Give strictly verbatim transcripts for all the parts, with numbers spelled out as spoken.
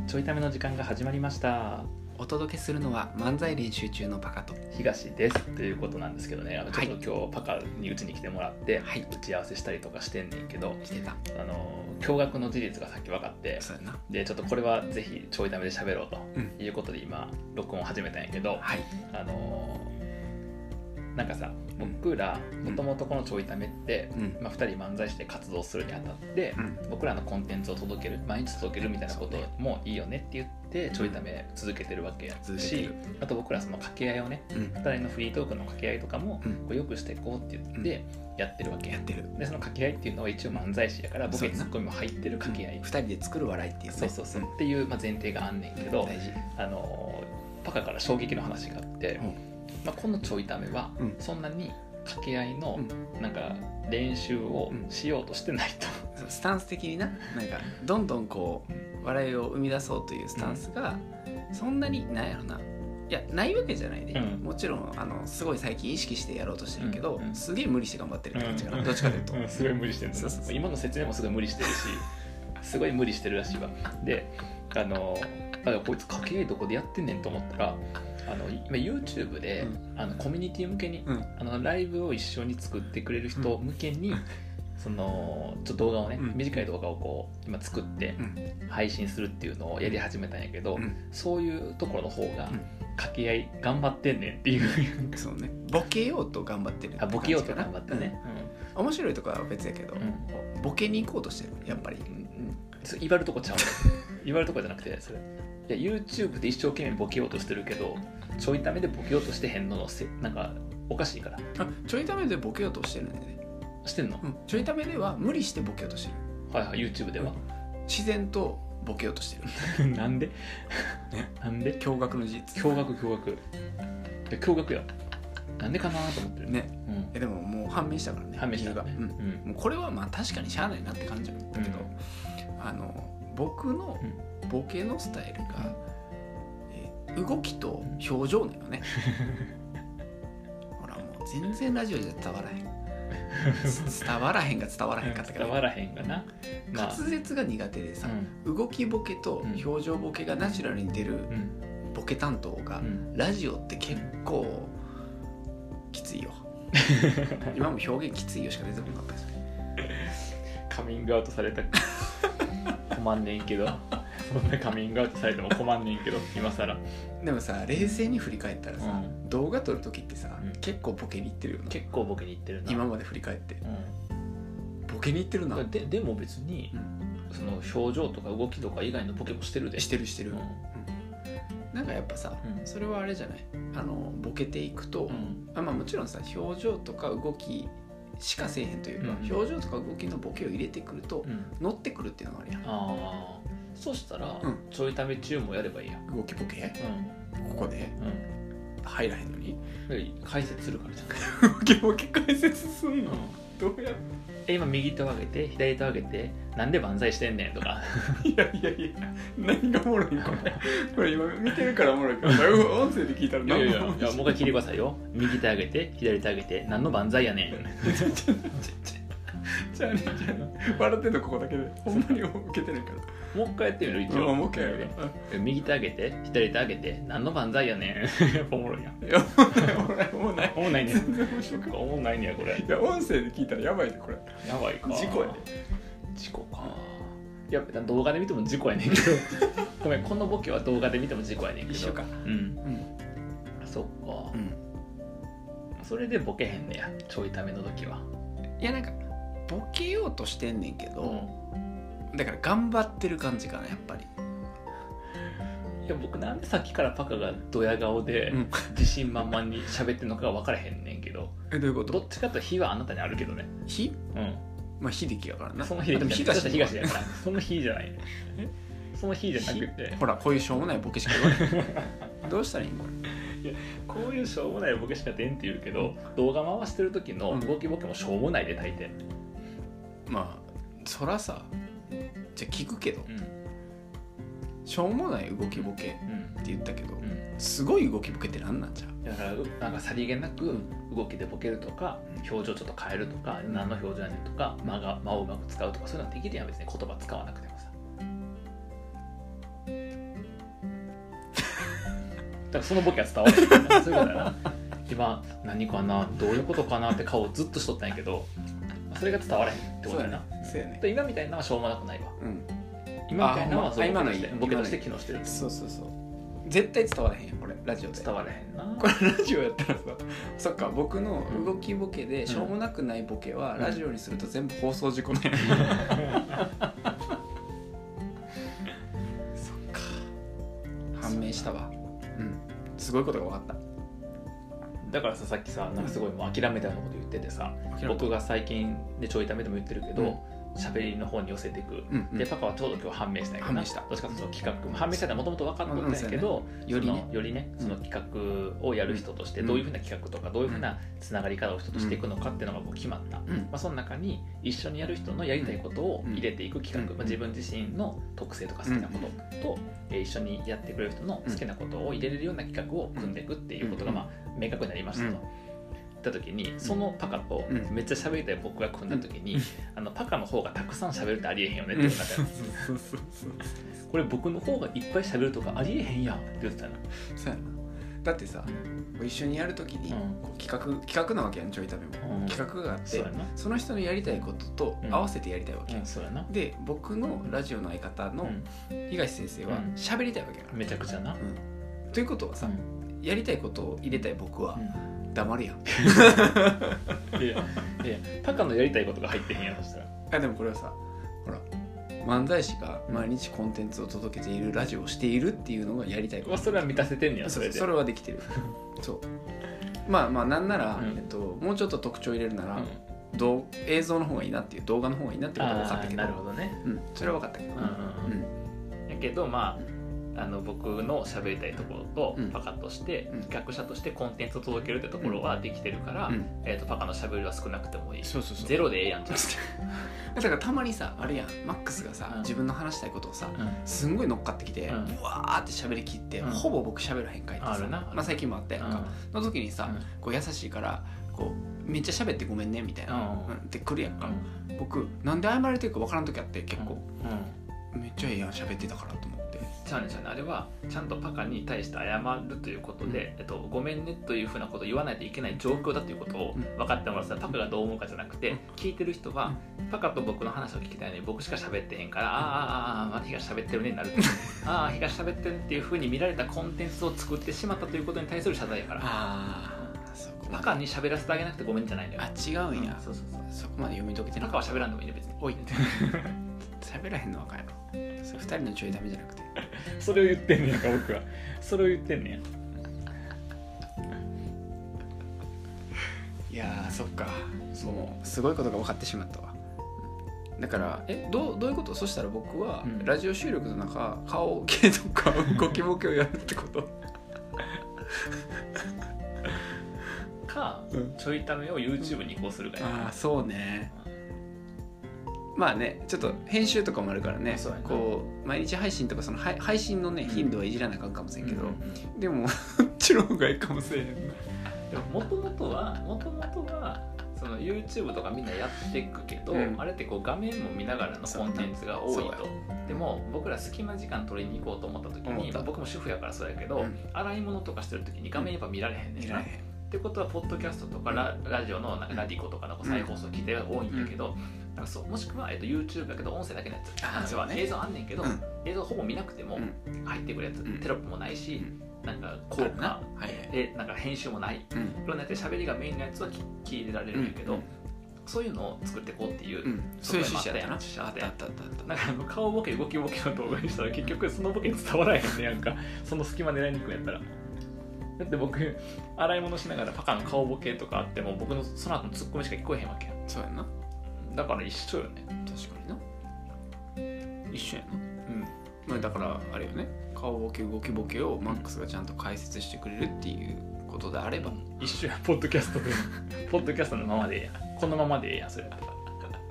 ちょいための時間が始まりました。 お届けするのは漫才練習中のパカと東ですということなんですけどね、あのちょっと今日パカにうちに来てもらって、はい、打ち合わせしたりとかしてんねんけど、 してたあの驚愕の事実がさっき分かって、 そうやな。 でちょっとこれはぜひちょいためで喋ろうということで今録音を始めたんやけど、はい、あのなんかさ、僕らもともとこのちょいためって、うんまあ、ふたり漫才師で活動するにあたって、うん、僕らのコンテンツを届ける、毎日届けるみたいなこともいいよねって言ってちょいため続けてるわけやし、あと僕らその掛け合いをね、うん、ふたりのフリートークの掛け合いとかもこうよくしていこうって言ってやってるわけやってる。でその掛け合いっていうのは一応漫才師やからボケツッコミも入ってる掛け合い、うん、 ふたりで作る笑いっていうね、 そうそうそう、うん、っていう、まあ、前提があんねんけど、大事。あのパカから衝撃の話があって、うんまあ、このちょいためはそんなに掛け合いのなんか練習をしようとしてないと、 うん、スタンス的にな、なんかどんどんこう笑いを生み出そうというスタンスがそんなにないやろな、いやないわけじゃないで、うん、もちろんあのすごい最近意識してやろうとしてるけど、うんうん、すげえ無理して頑張ってるって感じかな、うん、どっちかというと、 うん、すごい無理してる、そうそうそう、今の説明もすごい無理してるしすごい無理してるらしいわ。であのあこいつ掛け合いどこでやってんねんと思ったら、あの今 YouTube で、うん、あのコミュニティ向けに、うん、あのライブを一緒に作ってくれる人向けに、うん、そのちょっと動画をね、うん、短い動画をこう今作って配信するっていうのをやり始めたんやけど、うん、そういうところの方が掛け合い頑張ってんねんっていう、 そうね、ボケようと頑張ってるって感じかな。 あボケようと頑張ってね、 うん、面白いとこは別やけど、うん、ボケに行こうとしてるやっぱり、うん、 言われるとこちゃう言われるとこじゃなくて、それいや YouTube で一生懸命ボケようとしてるけどちょいためでボケようとしてへんののせなんかおかしいから。 あちょいためでボケようとしてるんでね。 してんの、 うん、ちょいためでは無理してボケようとしてる。はいはい YouTube では、 うん、自然とボケようとしてるなんで、ね、なんで驚愕の事実。 驚愕驚愕いや驚愕やなんでかなと思ってるね、うん、えでももう判明したからね。 判明したからね、うんうん、もうこれはまあ確かにしゃあないなって感じなんだけど、うん、あの僕のボケのスタイルが、うん、動きと表情なのねほらもう全然ラジオじゃ伝わらへん伝わらへんが伝わらへんかったけど伝わらへんがな、 まあ、滑舌が苦手でさ、うん、動きボケと表情ボケがナチュラルに出るボケ担当が、うん、ラジオって結構きついよ今も表現きついよしか出てこなかったですねカミングアウトされた困んねんけどそんなカミングアウトされても困んねんけど今更。 でもさ冷静に振り返ったらさ、うん、動画撮るときってさ、うん、結構ボケにいってるよな。 結構ボケにいってるな今まで振り返って、うん、ボケにいってるな。 で, でも別に、うん、その表情とか動きとか以外のボケもしてるで。 してるしてる、うんうん、なんかやっぱさ、うん、それはあれじゃない、あのボケていくと、うんあまあ、もちろんさ表情とか動きしかせえへんというか、うん、表情とか動きのボケを入れてくると、うん、乗ってくるっていうのがあるやん。 あそしたら、うん、ちょいため中もやればいいやん。 動きボケ、うん、ここで、うん、入らへんのに解説するからじゃん。 動きボケ解説すんの、うん、どうやってえ今右手を上げて左手を上げてなんで万歳してんねんとかいやいやいや何がおもろいんこれこれ今見てるからおもろいけど音声で聞いたら何いやいやいやもう一回聞いてくださいよ。右手上げて左手上げて何の万歳やねんじゃあねじゃあ笑ってんのここだけでほんまに受けてないからもう一回やってみる一応。 もう一回やる右手上げて左手上げて何の万歳やねんおもろいやん。 いやおもろいおもろないおもろないねんおもろないねやこれ。 いや音声で聞いたらやばいでこれ。 やばいか事故やで。 事故か。いや動画で見ても事故やねんけどごめんこのボケは動画で見ても事故やねんけど一緒か。 うん、うん、そっか、うん、それでボケへんねやちょいための時は。 いやなんかボケようとしてんねんけど、うん、だから頑張ってる感じかなやっぱり。 いや僕なんでさっきからパカがドヤ顔で自信満々に喋ってんのかが分からへんねんけど、 うん、えどういうこと？ どっちかというと火はあなたにあるけどね。 火？ うんまあ秀樹やからな。 その秀樹東東やからその火じゃないえその火じゃなくてほらこういうしょうもないボケしか言わないどうしたらいいんこれ。いやこういうしょうもないボケしか出んって言うけど動画回してる時の動きボケもしょうもないで大抵、 うん、まあそらさじゃあ聞くけど、うん、しょうもない動きボケって言ったけど、うん、すごい動きボケって何なんじゃう。 だからなんかさりげなく動きでボケるとか、うん、表情ちょっと変えるとか、うん、何の表情やねんとか間が間をうまく使うとかそういうのはできるやん別に言葉使わなくてもさ。 からそのボケは伝わるそういうことだな。今何かなどういうことかなって顔をずっとしとったんやけど、それが伝わらへんってことだな。 そうやね。 今みたいなのはしょうもなくないわ、うん、 今みたいなのはそうボケとしてボケとして機能してる。 そうそうそう、絶対伝わらへんやんこれラジオで。 伝わらへんなこれラジオやったらさ、そっか僕の動きボケでしょうもなくないボケはラジオにすると全部放送事故ね、うん、そっか判明したわ。うんすごいことが分かった。 だからささっきさなんかすごいもう諦めたようなこと言っててさ、うん、僕が最近でちょいためでも言ってるけど喋、うん、りの方に寄せていく、うんうん、でパカはちょうど今日判明したんやけど、判明したどっちかというと企画判明したのはもともと分かってたんやけど、うん、よりねよりねその企画をやる人としてどういうふうな企画とかどういうふうなつながり方を人としていくのかっていうのがこう決まった、うんまあ、その中に一緒にやる人のやりたいことを入れていく企画、うんまあ、自分自身の特性とか好きなことと、うん、一緒にやってくれる人の好きなことを入れれるような企画を組んでいくっていうことがまあ明確になりましたと、うんた時にそのパカとめっちゃ喋りたい僕が組んだ時に、うん、あのパカの方がたくさん喋るってありえへんよねって言ったよこれ僕の方がいっぱい喋るとかありえへんやんって言ってたの。 そうやな。だってさ一緒にやる時にこう企画企画なわけやんちょいためも、うん、企画があって そ, その人のやりたいことと合わせてやりたいわけ、うんうん、そうやな。で僕のラジオの相方の東先生は喋りたいわけやから、 めちゃくちゃな、 うん、ということはさ、うん、やりたいことを入れたい僕は、うん黙るやんいやいやパカのやりたいことが入ってへんやんそしたら。 あでもこれはさほら漫才師が毎日コンテンツを届けているラジオをしているっていうのがやりたいこと、 まあ、それは満たせてんねや。 それでそれはできてるそうまあまあなんなら、うんえっと、もうちょっと特徴入れるなら、うん、どう映像の方がいいなっていう動画の方がいいなってことは分かったけど。 なるほどね、 うん、それは分かったけど、うんうんうん、やけどまああの僕の喋りたいところと、うん、パカとして、うん、企画者としてコンテンツを届けるってところはできてるから、うんえー、とパカの喋りは少なくてもいい。そうそうそうゼロでええやんじゃんだからたまにさあるやんマックスがさ、うん、自分の話したいことをさ、うん、すんごい乗っかってきて、うん、うわーって喋りきって、うん、ほぼ僕喋らへんかいってさ、まあ、最近もあったやんか、うん、の時にさ、うん、こう優しいからこうめっちゃ喋ってごめんねみたいな、うんうん、ってくるやんか、うん、僕なんで謝られてるか分からん時あって結構、うんうん、めっちゃええやん喋ってたからと思って。 ちゃうねちゃうねあれはちゃんとパカに対して謝るということで、うんえっと、ごめんねというふうなことを言わないといけない状況だということを分かってもらったら、うん、パカがどう思うかじゃなくて、うん、聞いてる人は、うん、パカと僕の話を聞きたいのに僕しか喋ってへんから、うん、ああああまあ東喋ってるねになるああ東喋ってるっていうふうに見られたコンテンツを作ってしまったということに対する謝罪やから。あそこパカに喋らせてあげなくてごめんじゃないのよ。 あ違うんや、 うん、そうそうそうそこまで読み解けてなパカは喋らんでもいいね別に。 おい喋らへんのはかやろ。それふたりのちょいダメじゃなくてそれを言ってんねやんか僕はそれを言ってんねや。 いやーそっかそうすごいことが分かってしまったわ。だからえ ど, うどういうこと。そしたら僕は、うん、ラジオ収録の中顔系とかゴキボケをやるってことか、うん、ちょいためを YouTube に移行するかや、 うん、ああそうね、まあねちょっと編集とかもあるからね、こう毎日配信とかその配信のね頻度はいじらなあかんかもしれんけど、うん、でもこっちの方がいいかもしれんな。 もともとはもともとはその YouTube とかみんなやっていくけど、うん、あれってこう画面も見ながらのコンテンツが多いと。でも僕ら隙間時間取りに行こうと思った時に、まあ、僕も主婦やからそうやけど、うん、洗い物とかしてる時に画面やっぱ見られへんねんな、うん、ってことはポッドキャストとか ラ, ラジオのなんかラディコとかの再放送聞いてる多いんだけど、うん、なんかそうもしくは、えっと、YouTube だけど音声だけのやつ、あそうね、映像あんねんけど、うん、映像ほぼ見なくても入ってくるやつ、うん、テロップもないし、うん、なんか効果、はいはい、えなんか編集もない、うん、いろんなやつで喋りがメインのやつは聞いてられるんだけど、うん、そういうのを作っていこうっていう、うん、 そういう趣旨やったな。 趣旨あったやったなんかあの顔ボケ動きボケの動画にしたら結局そのボケ伝わらへんねやんかその隙間狙いに行くんやったら。だって僕洗い物しながらパカの顔ボケとかあっても僕のその後のツッコミしか聞こえへんわけや。 そうやな。 だから一緒よね。 確かにな。一緒やな。うん。まあだからあれよね。顔ボケ動きボケをマックスがちゃんと解説してくれるっていうことであれば、うん、 一緒や。ポッドキャストでポッドキャストのままでええやん。このままでええやんそれだったら。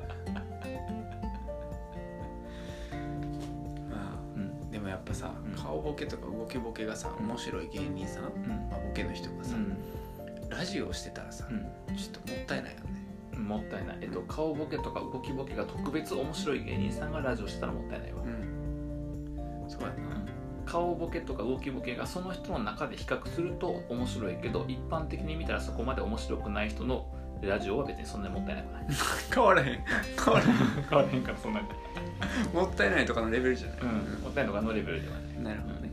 やっぱさ、うん、顔ボケとか動きボケがさ面白い芸人さん、うんまあ、ボケの人がさ、うん、ラジオをしてたらさ、うん、ちょっともったいないよね。 もったいない、えっと、顔ボケとか動きボケが特別面白い芸人さんがラジオしてたらもったいないわ、うん、 そうやな、 顔ボケとか動きボケがその人の中で比較すると面白いけど、一般的に見たらそこまで面白くない人のラジオは別にそんなにもったいなくない変わらへん変わらへん変わらへんからそんなにもったいないとかのレベルじゃない、 うん、もったいないとかのレベルではない。 なるほどね、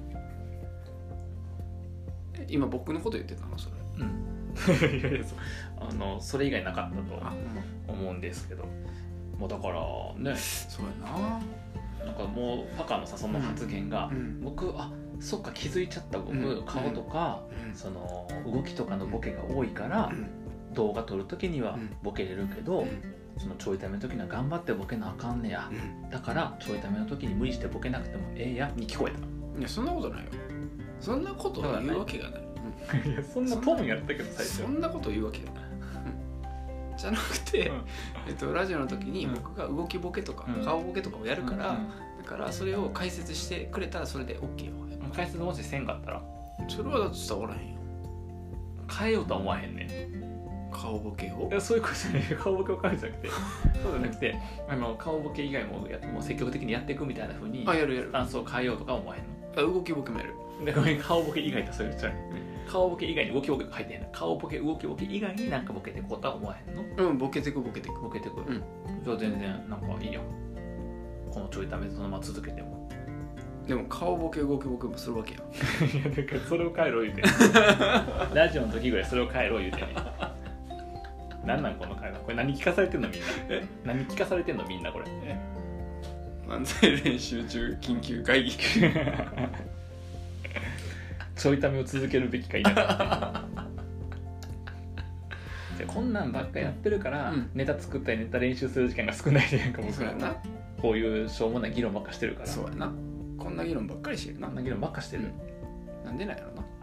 うん、今僕のこと言ってたのそれ。 うんいやいや そ, あのそれ以外なかったと思うんですけど、もうだからね、 そうやな、 なんかもうパカのさその発言が、うん、僕あそっか気づいちゃった僕、うん、顔とか、うん、その動きとかのボケが多いから、うん、動画撮るときにはボケれるけど、うん、そのちょいための時には頑張ってボケなあかんねや、うん、だからちょいための時に無理してボケなくてもええやに聞こえた。 いやそんなことないよ、そんなこと言うわけがない、 うん、いやそんなトーンやったけど最初そんなこと言うわけがない、うん、じゃなくて、うんえっと、ラジオの時に僕が動きボケとか、うん、顔ボケとかをやるから、うん、だからそれを解説してくれたらそれで OK よ。 解説もしせんかったらそれはだって伝わらへんよ。 変えようとは思わへんねん顔ボケを。 いやそういうことじゃない顔ボケを変えじゃなくてそうじゃなくてあの顔ボケ以外もやもう積極的にやっていくみたいな風にあやるやるスタンスを変えようとか思わへんの。 あ動きボケもやる。 でごめん顔ボケ以外とそういう人は顔ボケ以外に動きボケが入ってへんの。顔ボケ動きボケ以外になんかボケていこうとは思わへんの。 うんボケてくボケてくボケてく、うん、じゃあ全然なんかいいよこのちょいためそのまま続けても。 でも顔ボケ動きボケもするわけやん。 いやだからそれを変えろ言うてんラジオの時ぐらいそれを変えろ言うてんねなんなんこの会話これ何聞かされてんのみんなえ何聞かされてんのみんなこれえ漫才練習中緊急会議ちょいためを続けるべきか否かってこんなんばっかやってるから、うん、ネタ作ったりネタ練習する時間が少ないじゃんか僕らな。こういうしょうもない議論ばっかしてるから。 そうやなこんな議論ばっかりしてるな。 こんな議論ばっかしてる、 うん、なんでなんやろな。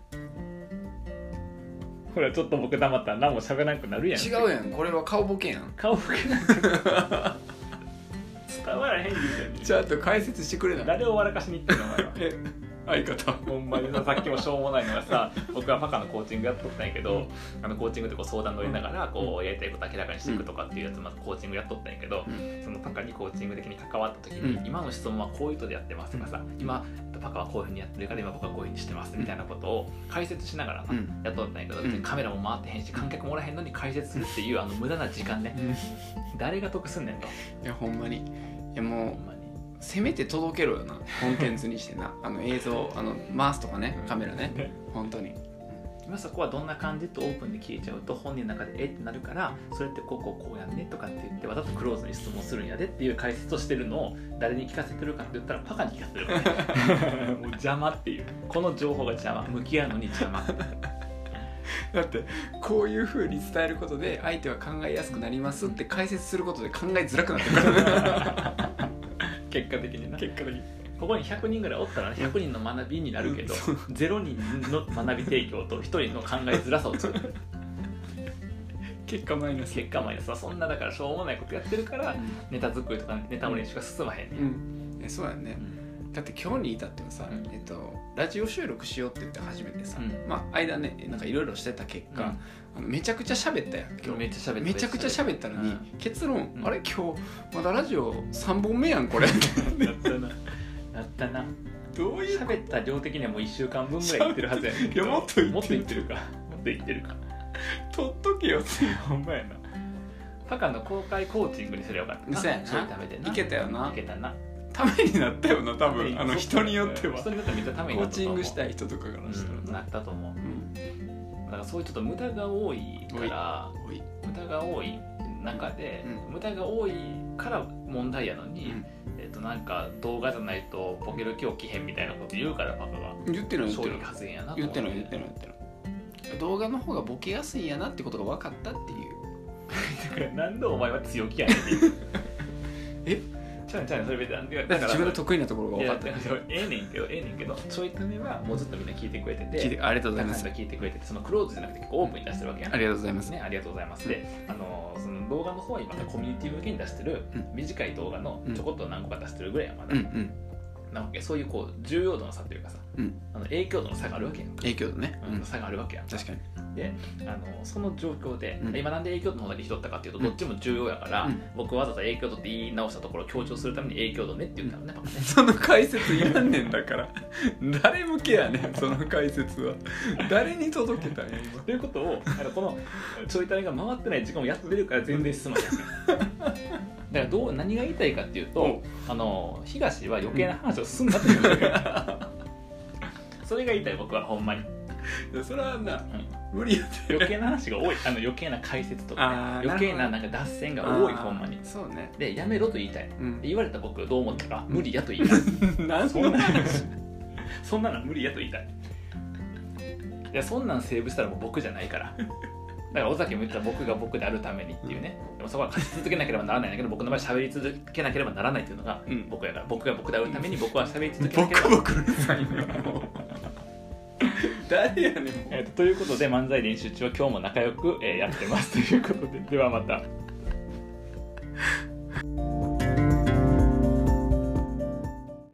ほらちょっと僕黙ったら何も喋らなくなるやん。 違うやんこれは顔ボケやん。 顔ボケなんか伝わらへんみたいにちゃんと解説してくれない。 誰を笑かしに行ってんのお前はえ相方ほんまにさっきもしょうもないのがさ僕はパカのコーチングやっとったんやけど、うん、あのコーチングでこう相談乗りながらこうやりたいこと明らかにしていくとかっていうやつまずコーチングやっとったんやけど、うん、そのパカにコーチング的に関わった時に、うん、今の質問はこういう人でやってますとかさ、うん、今パカはこういうふうにやってるから今僕はこういうふうにしてますみたいなことを解説しながら、うん、やっとったんやけど、別にカメラも回ってへんし観客もおらへんのに解説するっていうあの無駄な時間ね、うん、誰が得すんねんと。 いやほんまにいやもうせめて届けろよなコンテンツにしてなあの映像あの回すとかねカメラね本当に今そこはどんな感じとオープンで聞いちゃうと本人の中でえってなるからそれってこうこうこうやんねとかって言ってわざとクローズに質問するんやでっていう解説をしてるのを誰に聞かせてるかって言ったらパカに聞かせてるからもう邪魔っていうこの情報が邪魔向き合うのに邪魔だってこういう風に伝えることで相手は考えやすくなりますって解説することで考えづらくなってくる結果的にな結果的にここにひゃくにんぐらいおったらひゃくにんの学びになるけど、うん、ゼロにんの学び提供とひとりの考えづらさを作る結果マイナス結果マイナスそんなだからしょうもないことやってるから、うん、ネタ作りとかネタの練習が進まへんね、 うんうん、そうやね、うん、だって今日に至ってはさ、うんえっと、ラジオ収録しようって言って初めてさ、うん、まあ間ねなんかいろいろしてた結果、うんあのめちゃくちゃ喋ったやん今日めっちゃ喋っためちゃくちゃ喋ったのに、うん、結論、うん、あれ今日まだラジオさんぼんめやんこれやったなやったなどういう喋った量的にはもういっしゅうかんぶんぐらいいってるはずやねんいやもっともっといってるかもっといってるか取っとけよほんまやなパカの公開コーチングにすればよかったそうやなちょい食べてないけたよないけたなためになったよな多分あの人によっては人によってはめっちゃためになったと思うコーチングしたい人とかからしたら、 うん、なったと思う、うんだからそういうちょっと無駄が多いから無駄が多い中で、うん、無駄が多いから問題やのに、うんえー、となんか動画じゃないとボケる気起きへんみたいなこと言うからパパが言ってる言ってる発言やな言ってる言ってる言ってる動画の方がボケやすいんやなってことが分かったっていうだからなんでお前は強気やねんえちゃうちゃうそれ別にだから自分の得意なところが分かったええねんけどええねんけどちょいためはもうずっとみんな聞いてくれてて聞いてありがとうございます聞いてくれててそのクローズじゃなくて結構オープンに出してるわけやんありがとうございますねありがとうございますであのその動画の方は今コミュニティ向けに出してる短い動画のちょこっと何個か出してるぐらいやまだ、 うんうん、 なわけ。そういうこう重要度の差というかさ、うん、あの影響度の差があるわけやんか。 影響度ね、 うん、差があるわけやんか。 確かに。 であのその状況で、うん、今なんで影響度の方だけ拾ったかっていうと、どっちも重要やから、うん、僕わざと影響度って言い直したところを強調するために影響度ねって言ったのね、うん、 その解説いらんねんだから誰向けやねんその解説は。誰に届けたんや今ということをあのこのちょいためが回ってない時間をやってるから全然進まないだからどう何が言いたいかっていうと、あの東は余計な話をすんなって言う、うん、それが言いたい僕はほんまに。 いやそれはな、 うん、無理やって余計な話が多い、あの余計な解説とか、ね、余計ななんか脱線が多いほんまに。 そうね。 でやめろと言いたい、うん、言われた僕はどう思ったか、うん、無理やと言いたいなんそんな話そんなの無理やと言いたい。いやそんなんセーブしたらもう僕じゃないからだから尾崎も言ったら僕が僕であるためにっていうね、でもそこは勝ち続けなければならないんだけど、僕の場合喋り続けなければならないっていうのが僕やから、僕が僕であるために僕は喋り続けなければ僕僕うるさいね誰やねん、 えーと。ということで漫才練習中は今日も仲良く、えー、やってますということで、ではまた。